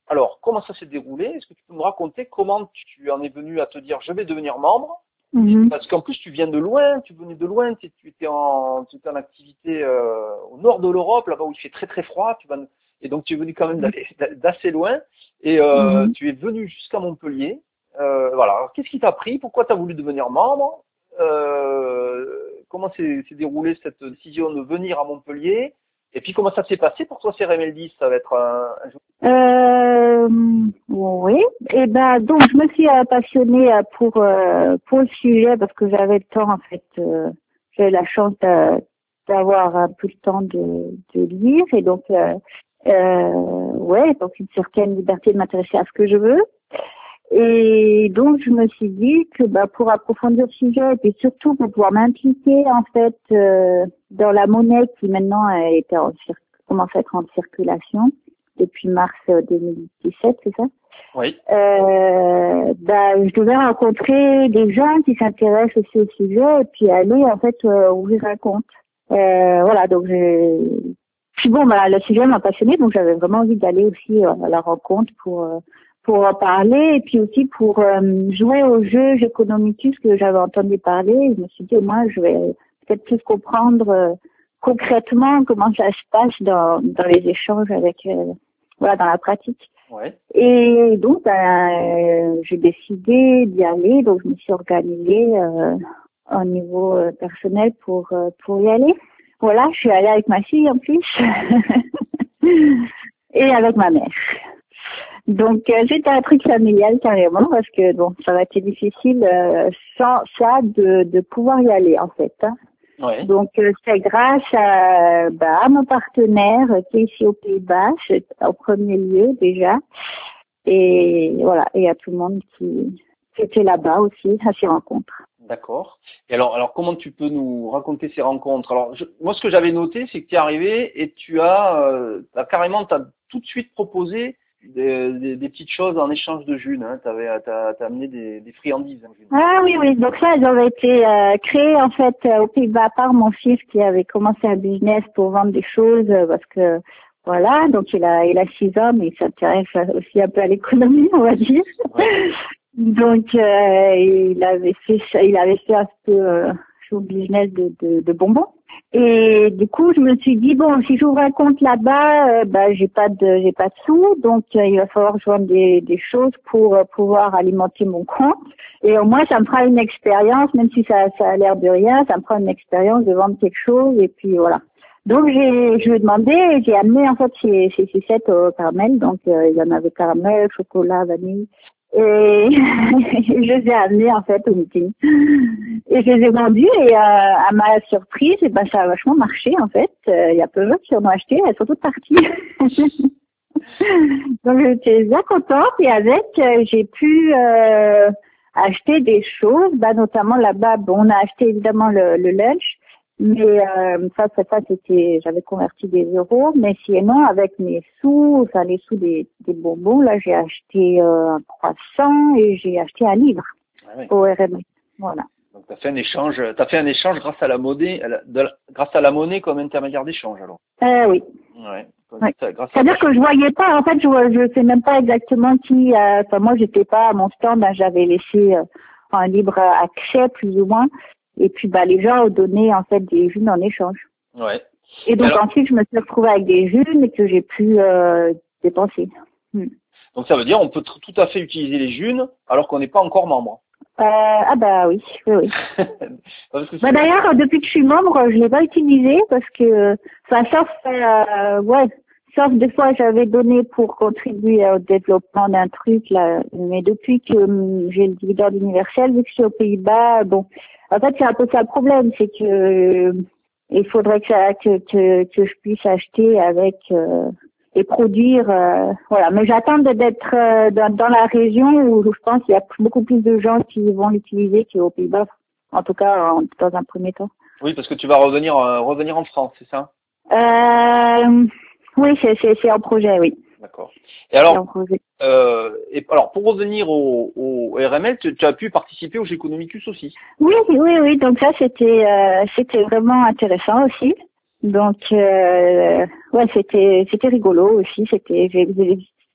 alors, comment ça s'est déroulé? Est-ce que tu peux me raconter comment tu en es venu à te dire je vais devenir membre? Mhm. Parce qu'en plus, tu viens de loin, tu venais de loin, tu tu étais en, tu étais en activité euh, au nord de l'Europe, là-bas où il fait très très froid, tu vas, et donc tu es venu quand même d'aller- d'assez loin, et euh, Mhm. tu es venu jusqu'à Montpellier. Euh, voilà. Alors, qu'est-ce qui t'a pris? Pourquoi tu as voulu devenir membre? Euh, comment s'est s'est déroulée cette décision de venir à Montpellier? Et puis comment ça s'est passé pour toi, C R M L dix? Ça va être un, un jour. Euh, oui. Et ben donc je me suis euh, passionnée euh, pour euh, pour le sujet parce que j'avais le temps en fait. Euh, j'ai eu la chance d'a- d'avoir un peu le temps de, de lire et donc euh, euh, ouais donc une certaine liberté de m'intéresser à ce que je veux. Et donc je me suis dit que bah pour approfondir le sujet et puis surtout pour pouvoir m'impliquer en fait euh, dans la monnaie qui maintenant a été en cir- commence à être en circulation depuis mars deux mille dix-sept, c'est ça? Oui. Euh, bah, je devais rencontrer des gens qui s'intéressent aussi au sujet et puis aller en fait euh, ouvrir un compte. Euh, voilà, donc j'ai. Puis bon, bah, le sujet m'a passionné, donc j'avais vraiment envie d'aller aussi euh, à la rencontre pour euh, pour en parler et puis aussi pour euh, jouer au jeu Geconomicus que j'avais entendu parler. Je me suis dit, moi, je vais peut-être plus comprendre euh, concrètement comment ça se passe dans dans les échanges avec euh, voilà dans la pratique. Ouais. Et donc, ben, euh, j'ai décidé d'y aller. Donc, je me suis organisée euh, au niveau euh, personnel pour euh, pour y aller. Voilà, je suis allée avec ma fille en plus et avec ma mère. Donc, euh, c'était un truc familial carrément parce que bon, ça va être difficile euh, sans ça de de pouvoir y aller en fait. Hein. Ouais. Donc, euh, c'est grâce à, bah, à mon partenaire euh, qui est ici aux Pays-Bas, c'est au premier lieu déjà. Et voilà, et à tout le monde qui, qui était là-bas aussi à ces rencontres. D'accord. Et alors, alors comment tu peux nous raconter ces rencontres? Alors, je- moi, ce que j'avais noté, c'est que tu es arrivé et tu as, euh, t'as carrément, t'as tout de suite proposé des, des, des petites choses en échange de June. Hein. T'avais, t'as, t'as amené des, des friandises. Hein, June. Ah oui, oui, donc ça, elles avaient été euh, créées en fait euh, aux Pays-Bas par mon fils qui avait commencé un business pour vendre des choses euh, parce que voilà, donc il a il a six ans, mais il s'intéresse aussi un peu à l'économie, on va dire. Ouais. Donc euh, il avait fait ça- il avait fait un peu euh, son business de, de, de bonbons. Et du coup, je me suis dit bon, si j'ouvre un compte là-bas, euh, bah j'ai pas de j'ai pas de sous, donc euh, il va falloir que je vende des des choses pour euh, pouvoir alimenter mon compte. Et au moins, ça me fera une expérience, même si ça ça a l'air de rien, ça me fera une expérience de vendre quelque chose. Et puis voilà. Donc j'ai je lui ai demandé, et j'ai amené en fait ces ces sucettes au caramel, donc euh, il y en avait caramel, chocolat, vanille. Et je les ai amenés en fait au meeting. Et je les ai vendus et euh, à ma surprise, et ben ça a vachement marché en fait. Euh, Il y a peu de gens qui en ont acheté, elles sont toutes parties. Donc j'étais bien contente et avec euh, j'ai pu euh, acheter des choses, bah notamment là-bas, bon, on a acheté évidemment le, le lunch, mais euh, ça, ça, ça c'était, j'avais converti des euros, mais sinon avec mes sous, enfin les sous des, des bonbons, là j'ai acheté euh, un croissant et j'ai acheté un livre Ah ouais. au R M. Voilà. Donc, t'as fait un échange, t'as fait un échange grâce à la monnaie, à la- de la- grâce à la monnaie comme intermédiaire d'échange, alors. Euh, oui. Ouais. Oui. Grâce à C'est-à-dire que je voyais pas, en fait, je je sais même pas exactement qui, euh, enfin moi j'étais pas à mon stand, hein, j'avais laissé euh, un libre accès plus ou moins, et puis bah les gens ont donné en fait des junes en échange. Ouais. Et donc Alors- ensuite je me suis retrouvée avec des junes et que j'ai pu euh, dépenser. Hmm. Donc ça veut dire on peut tr- tout à fait utiliser les Junes alors qu'on n'est pas encore membre. Euh, ah bah oui, oui, oui. Parce que Bah c'est- d'ailleurs depuis que je suis membre, je l'ai pas utilisé parce que, enfin sauf, euh, ouais, sauf des fois j'avais donné pour contribuer au développement d'un truc là, mais depuis que hum, j'ai le dividende universel, vu que je suis aux Pays-Bas, bon, en fait c'est un peu ça le problème, c'est que euh, il faudrait que, ça, que que que je puisse acheter avec euh, et produire, euh, voilà. Mais j'attends de- d'être euh, dans, dans la région où je pense qu'il y a beaucoup plus de gens qui vont l'utiliser qu'aux Pays-Bas. En tout cas, en- dans un premier temps. Oui, parce que tu vas revenir euh, revenir en France, c'est ça? Euh, oui, c'est c'est c'est en projet, oui. D'accord. Et C'est en alors, projet. euh, et alors pour revenir au, au R M L, tu, tu as pu participer au Geconomicus aussi. Oui, oui, oui. Donc ça, c'était euh, c'était vraiment intéressant aussi. Donc euh, ouais, c'était c'était rigolo aussi. C'était j'ai- j'ai-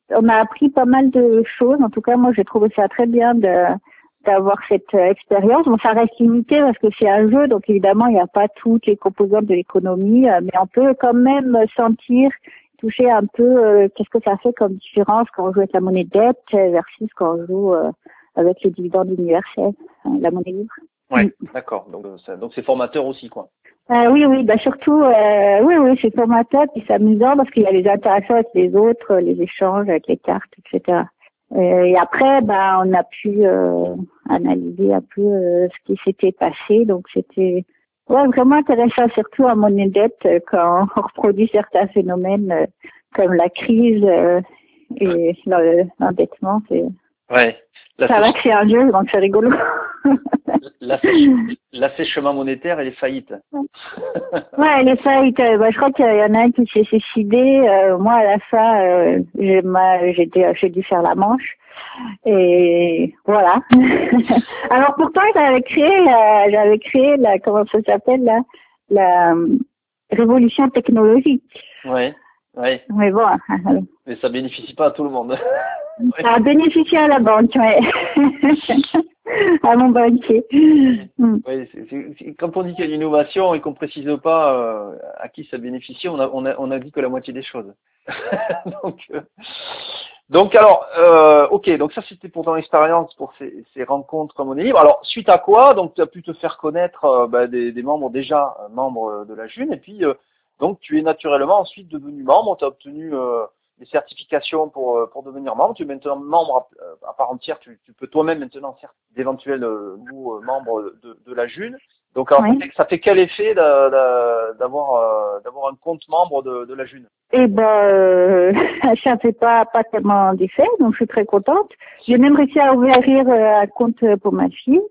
on a appris pas mal de choses. En tout cas, moi, j'ai trouvé ça très bien de d'avoir cette euh, expérience. Bon, ça reste limité parce que c'est un jeu, donc évidemment, il n'y a pas toutes les composantes de l'économie, euh, mais on peut quand même sentir, toucher un peu euh, qu'est-ce que ça fait comme différence quand on joue avec la monnaie de dette versus quand on joue euh, avec les dividendes universels, hein, la monnaie libre. Ouais, Mm. d'accord. Donc, euh, ça- donc c'est formateur aussi, quoi. Euh, oui, oui, bah surtout, euh, oui, oui, c'est formateur, puis c'est amusant parce qu'il y a les interactions avec les autres, les échanges avec les cartes, et cetera. Euh, et après, bah, on a pu euh, analyser un peu euh, ce qui s'était passé. Donc, c'était ouais, vraiment intéressant, surtout en monnaie de dette, euh, quand on reproduit certains phénomènes euh, comme la crise euh, et le- l'endettement. C'est... Ouais. Ça va que c'est un jeu, donc c'est rigolo. L'assèche- L'assèchement monétaire et les faillites. Ouais, les faillites, euh, bah, je crois qu'il y en a un qui s'est suicidé. Euh, moi, à la fin, euh, j'ai, ma, j'ai, dû, j'ai dû faire la manche. Et voilà. Alors pourtant, j'avais créé, la, j'avais créé la, comment ça s'appelle là, la euh, révolution technologique. Ouais, ouais. Mais bon, euh, Mais ça bénéficie pas à tout le monde. ça a bénéficié à la banque, ouais. À mon banquier. Mm. Ouais, c'est, c'est, c'est- quand on dit qu'il y a une innovation et qu'on précise pas euh, à qui ça bénéficie, on a, on a, on a dit que la moitié des choses. donc, euh, donc alors, euh, ok, donc ça c'était pour ton expérience pour ces, ces rencontres monnaie libre. Alors suite à quoi, donc tu as pu te faire connaître euh, bah, des, des membres déjà euh, membres de la June et puis euh, donc tu es naturellement ensuite devenu membre, tu as obtenu euh, des certifications pour euh, pour devenir membre. Tu es maintenant membre à, à part entière. Tu, tu peux toi-même maintenant faire d'éventuels euh, nouveaux euh, membres de, de la June. Donc alors, Oui. ça, fait, ça fait quel effet d'a- d'a- d'avoir euh, d'avoir un compte membre de, de la June? Eh ben, euh, ça fait pas pas tellement d'effet, donc je suis très contente. J'ai même réussi à ouvrir euh, un compte pour ma fille.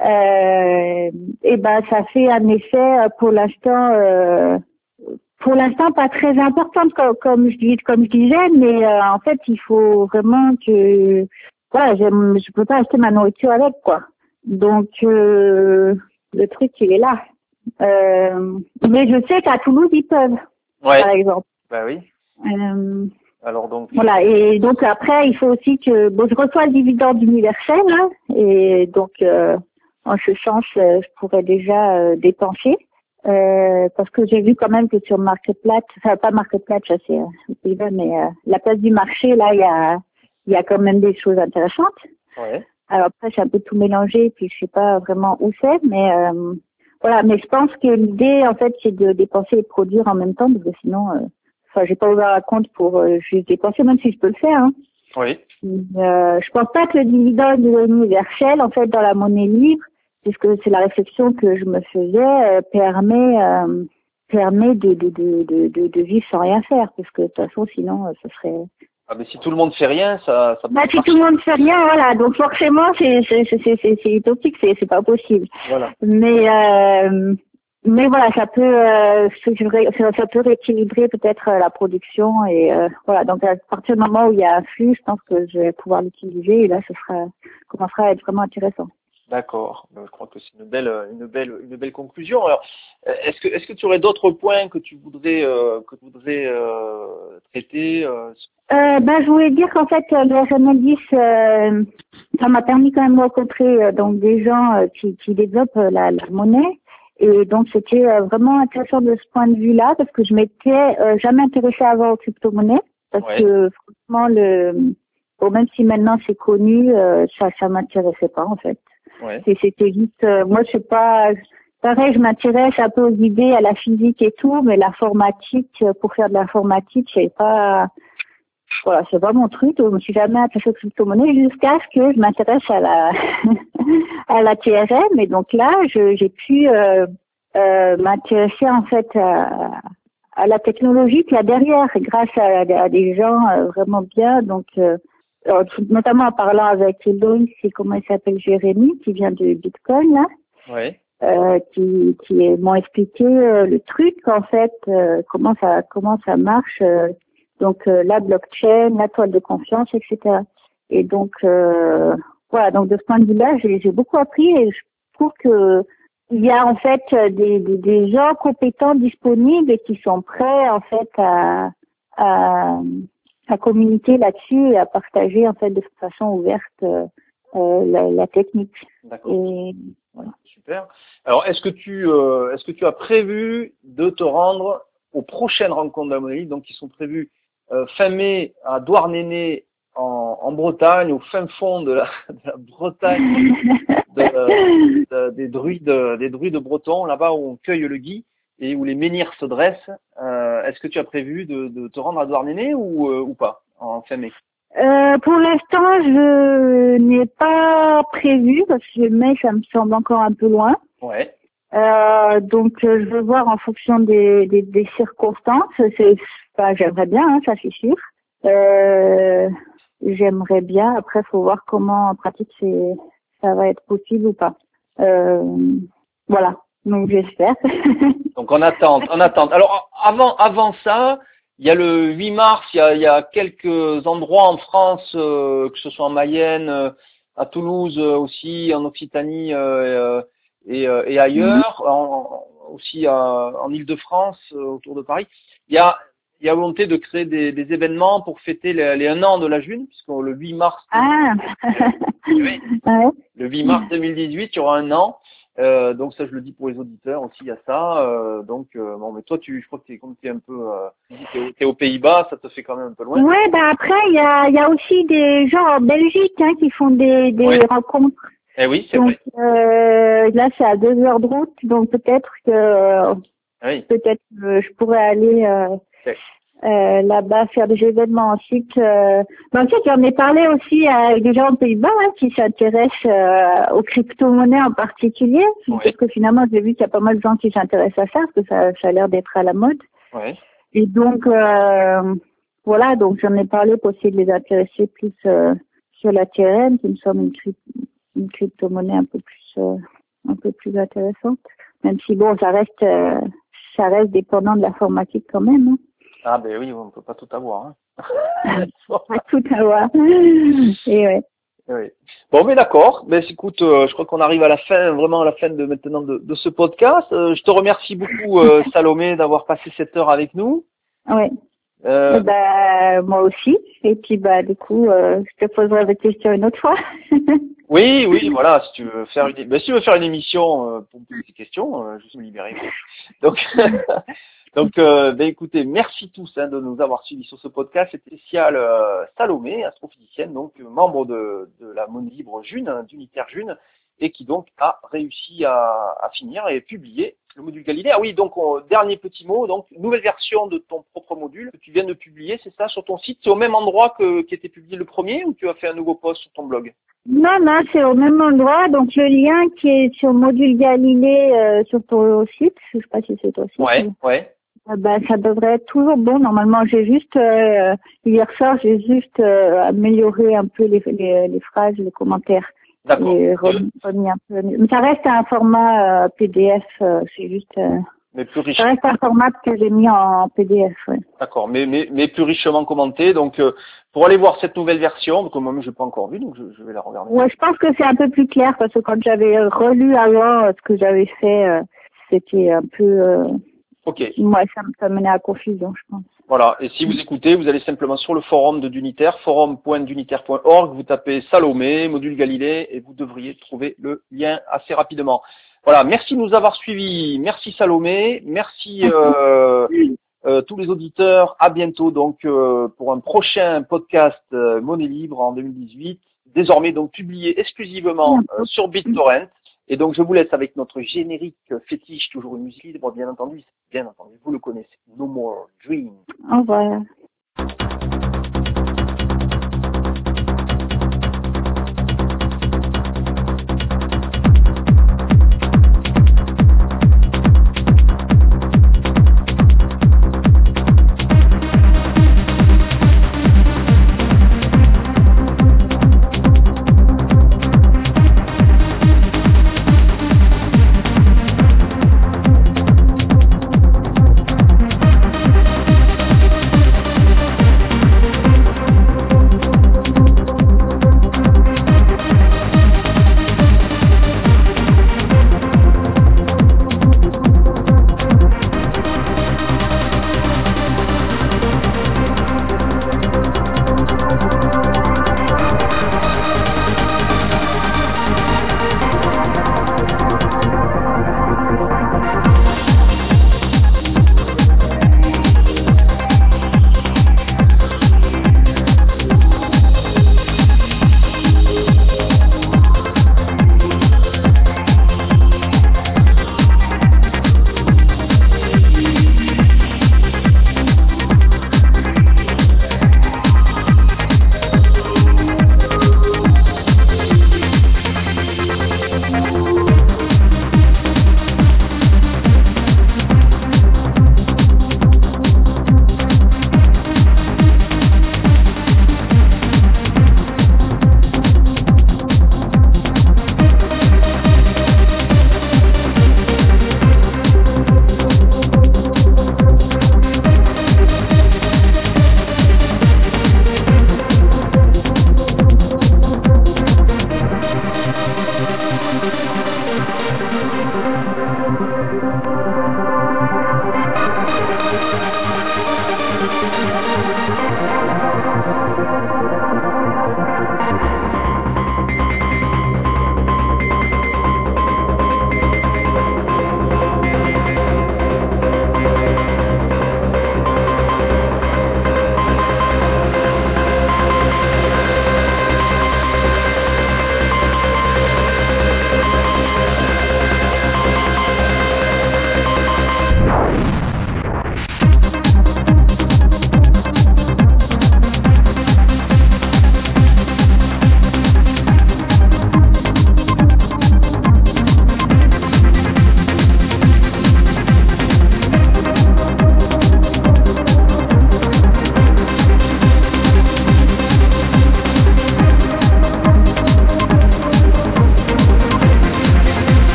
Euh, et ben, ça fait un effet euh, pour l'instant, euh, pour l'instant pas très important comme, comme je dis, comme je disais, mais euh, en fait, il faut vraiment que, voilà, j'aime- je peux pas acheter ma nourriture avec quoi. Donc euh, le truc il est là. Euh, mais je sais qu'à Toulouse ils peuvent, Ouais. par exemple. Bah oui. Euh, Alors donc. voilà, et donc après, il faut aussi que, bon, je reçois le dividende universel, hein, et donc, euh, en ce sens, euh, je pourrais déjà euh, dépenser, euh, parce que j'ai vu quand même que sur Marketplace, enfin pas Marketplace, ça c'est euh, mais euh, la place du marché, là, il y a, il y a quand même des choses intéressantes. Ouais. Alors après, c'est un peu tout mélangé, puis je sais pas vraiment où c'est, mais euh, voilà, mais je pense que l'idée, en fait, c'est de dépenser et de produire en même temps, parce que sinon... Euh, Enfin, j'ai pas ouvert un compte pour euh, juste dépenser, même si je peux le faire. Hein. Oui. Euh, je pense pas que le dividende universel, en fait, dans la monnaie libre, puisque c'est la réflexion que je me faisais, euh, permet euh, permet de de, de de de de vivre sans rien faire, parce que de toute façon, sinon, euh, ce serait. Ah mais si tout le monde fait rien, ça. ça Bah, si tout le monde fait rien, voilà. Donc forcément, c'est c'est c'est c'est c'est c'est utopique, c'est c'est pas possible. Voilà. Mais euh, Mais voilà, ça peut, euh, ça, ça peut rééquilibrer peut-être euh, la production et euh, voilà. Donc à partir du moment où il y a un flux, je pense que je vais pouvoir l'utiliser et là, ce sera commencera à être vraiment intéressant. D'accord. Je crois que c'est une belle, une belle, une belle conclusion. Alors, est-ce que, est-ce que tu aurais d'autres points que tu voudrais, euh, que tu voudrais euh, traiter euh... Euh, ben, je voulais dire qu'en fait, le R M L dix, euh, ça m'a permis quand même de rencontrer euh, donc des gens euh, qui, qui développent euh, la, la monnaie. Et donc, c'était euh, vraiment intéressant de ce point de vue-là parce que je m'étais euh, jamais intéressée avant aux crypto-monnaies parce Ouais. que franchement, le, bon, même si maintenant c'est connu, euh, ça, ça m'intéressait pas en fait. Ouais. Et c'était juste, euh, moi, je sais pas, pareil, je m'intéresse un peu aux idées, à la physique et tout, mais l'informatique, euh, pour faire de l'informatique, je sais pas. Voilà, c'est pas mon truc. Je me suis jamais attachée aux crypto-monnaies jusqu'à ce que je m'intéresse à la à la T R M. Et donc là, je, j'ai pu euh, euh, m'intéresser en fait à, à la technologie qu'il y a derrière, grâce à, à des gens euh, vraiment bien. Donc, euh, notamment en parlant avec Loïc, c'est comment il s'appelle, Jérémy, qui vient de Bitcoin là. Ouais. Euh, qui, qui m'ont expliqué euh, le truc en fait, euh, comment ça comment ça marche. Euh, Donc euh, la blockchain, la toile de confiance, et cetera. Et donc euh, voilà, donc de ce point de vue-là, j'ai, j'ai beaucoup appris et je trouve que il y a en fait des, des, des gens compétents disponibles et qui sont prêts en fait à, à, à communiquer là-dessus et à partager en fait de façon ouverte euh, euh, la, la technique. D'accord. Et voilà. Super. Alors, est-ce que tu, euh, est-ce que tu as prévu de te rendre aux prochaines rencontres de la monnaie libre, donc qui sont prévues euh, fin mai à Douarnenez en, en Bretagne, au fin fond de la, de la Bretagne, de, de, des druides, des druides bretons, là-bas où on cueille le gui et où les menhirs se dressent. Euh, est-ce que tu as prévu de, de te rendre à Douarnenez ou, euh, ou pas en fin mai? Euh, pour l'instant, je n'ai pas prévu parce que mai, ça me semble encore un peu loin. Ouais. Euh, donc, euh, je vais voir en fonction des, des, des circonstances. C'est, enfin, j'aimerais bien, hein, ça c'est sûr. Euh, j'aimerais bien. Après, faut voir comment en pratique c'est, ça va être possible ou pas. Euh, voilà. Donc, j'espère. Donc, on attend, on attend. Alors, avant, avant ça, il y a le huit mars, il y a, il y a quelques endroits en France, euh, que ce soit en Mayenne, euh, à Toulouse euh, aussi, en Occitanie euh, et, euh, et ailleurs, en, aussi euh, en Île-de-France, euh, autour de Paris. Il y a, il y a volonté de créer des, des événements pour fêter les, les un an de la June, puisque le huit mars, Ah. oui, Ouais. le huit mars deux mille dix-huit, il y aura un an. Euh, donc ça je le dis pour les auditeurs aussi, il y a ça. Euh, donc euh, bon, mais toi tu, je crois que t'es comme t'es un peu, euh, t'es, au- t'es aux Pays-Bas, ça te fait quand même un peu loin. Ouais, bah après il y a, il y a aussi des gens en Belgique hein, qui font des, des Ouais. rencontres. Eh oui, c'est Donc vrai. euh, là c'est à deux heures de route, donc peut-être que euh, Oui. peut-être que je pourrais aller euh, Ouais. euh, là-bas faire des événements ensuite. Euh... Mais en fait, j'en ai parlé aussi avec des gens aux Pays-Bas hein, qui s'intéressent euh, aux crypto-monnaies en particulier, Ouais. parce que finalement j'ai vu qu'il y a pas mal de gens qui s'intéressent à ça, parce que ça, ça a l'air d'être à la mode. Ouais. Et donc euh, voilà, donc j'en ai parlé pour essayer de les intéresser plus euh, sur la T R M, qui me semble une, cryp- une crypto-monnaie un peu plus euh, un peu plus intéressante. Même si bon, ça reste euh, ça reste dépendant de l'informatique quand même. Hein. Ah ben oui, on peut pas tout avoir. Hein. Pas tout avoir. Et ouais. Oui. Bon, mais d'accord. Mais écoute, euh, je crois qu'on arrive à la fin, vraiment à la fin de maintenant de, de ce podcast. Euh, je te remercie beaucoup, euh, Salomé, d'avoir passé cette heure avec nous. Ouais. Euh, Et bah, moi aussi. Et puis bah du coup, euh, je te poserai des questions une autre fois. oui, oui, voilà. Si tu veux faire une, ben, si tu veux faire une émission euh, pour me poser des questions, euh, je suis libéré. Donc, donc, euh, ben écoutez, merci tous hein, de nous avoir suivis sur ce podcast. C'était spécial euh, Salomé, astrophysicienne, donc euh, membre de, de la monnaie libre June, hein, d'Unitaire June, et qui donc a réussi à, à finir et publier le module Galilée. Ah oui, donc euh, dernier petit mot, donc nouvelle version de ton propre module que tu viens de publier, c'est ça, sur ton site. C'est au même endroit que qui était publié le premier, ou tu as fait un nouveau post sur ton blog? Non, non, c'est au même endroit. Donc le lien qui est sur module Galilée euh, sur ton site, je sais pas si c'est ton site. Ouais, ouais. Euh, ben, ça devrait être toujours bon. Normalement, j'ai juste euh, hier soir, j'ai juste euh, amélioré un peu les, les, les phrases, les commentaires. D'accord. Et remis, remis un peu. Mais ça reste un format euh, P D F. Euh, c'est juste. Euh, Mais plus riche. ça reste un format que j'ai mis en P D F. Ouais. D'accord, mais, mais, mais plus richement commenté. Donc, euh, pour aller voir cette nouvelle version, donc moi-même je l'ai pas encore vue, donc je, je vais la regarder. Ouais, je pense que c'est un peu plus clair parce que quand j'avais relu avant euh, ce que j'avais fait, euh, c'était un peu. Euh, Ok. moi, ça, me- ça menait à confusion, je pense. Voilà. Et si vous écoutez, vous allez simplement sur le forum de d'Unitaire, forum point dunitaire point org, vous tapez Salomé, module Galilée, et vous devriez trouver le lien assez rapidement. Voilà. Merci de nous avoir suivis. Merci Salomé. Merci euh, euh, tous les auditeurs. À bientôt donc euh, pour un prochain podcast euh, Monnaie Libre en deux mille dix-huit. Désormais donc publié exclusivement euh, sur BitTorrent. Et donc je vous laisse avec notre générique fétiche, toujours une musique libre, bien entendu. Bien entendu, vous le connaissez. No More Dream. Au revoir.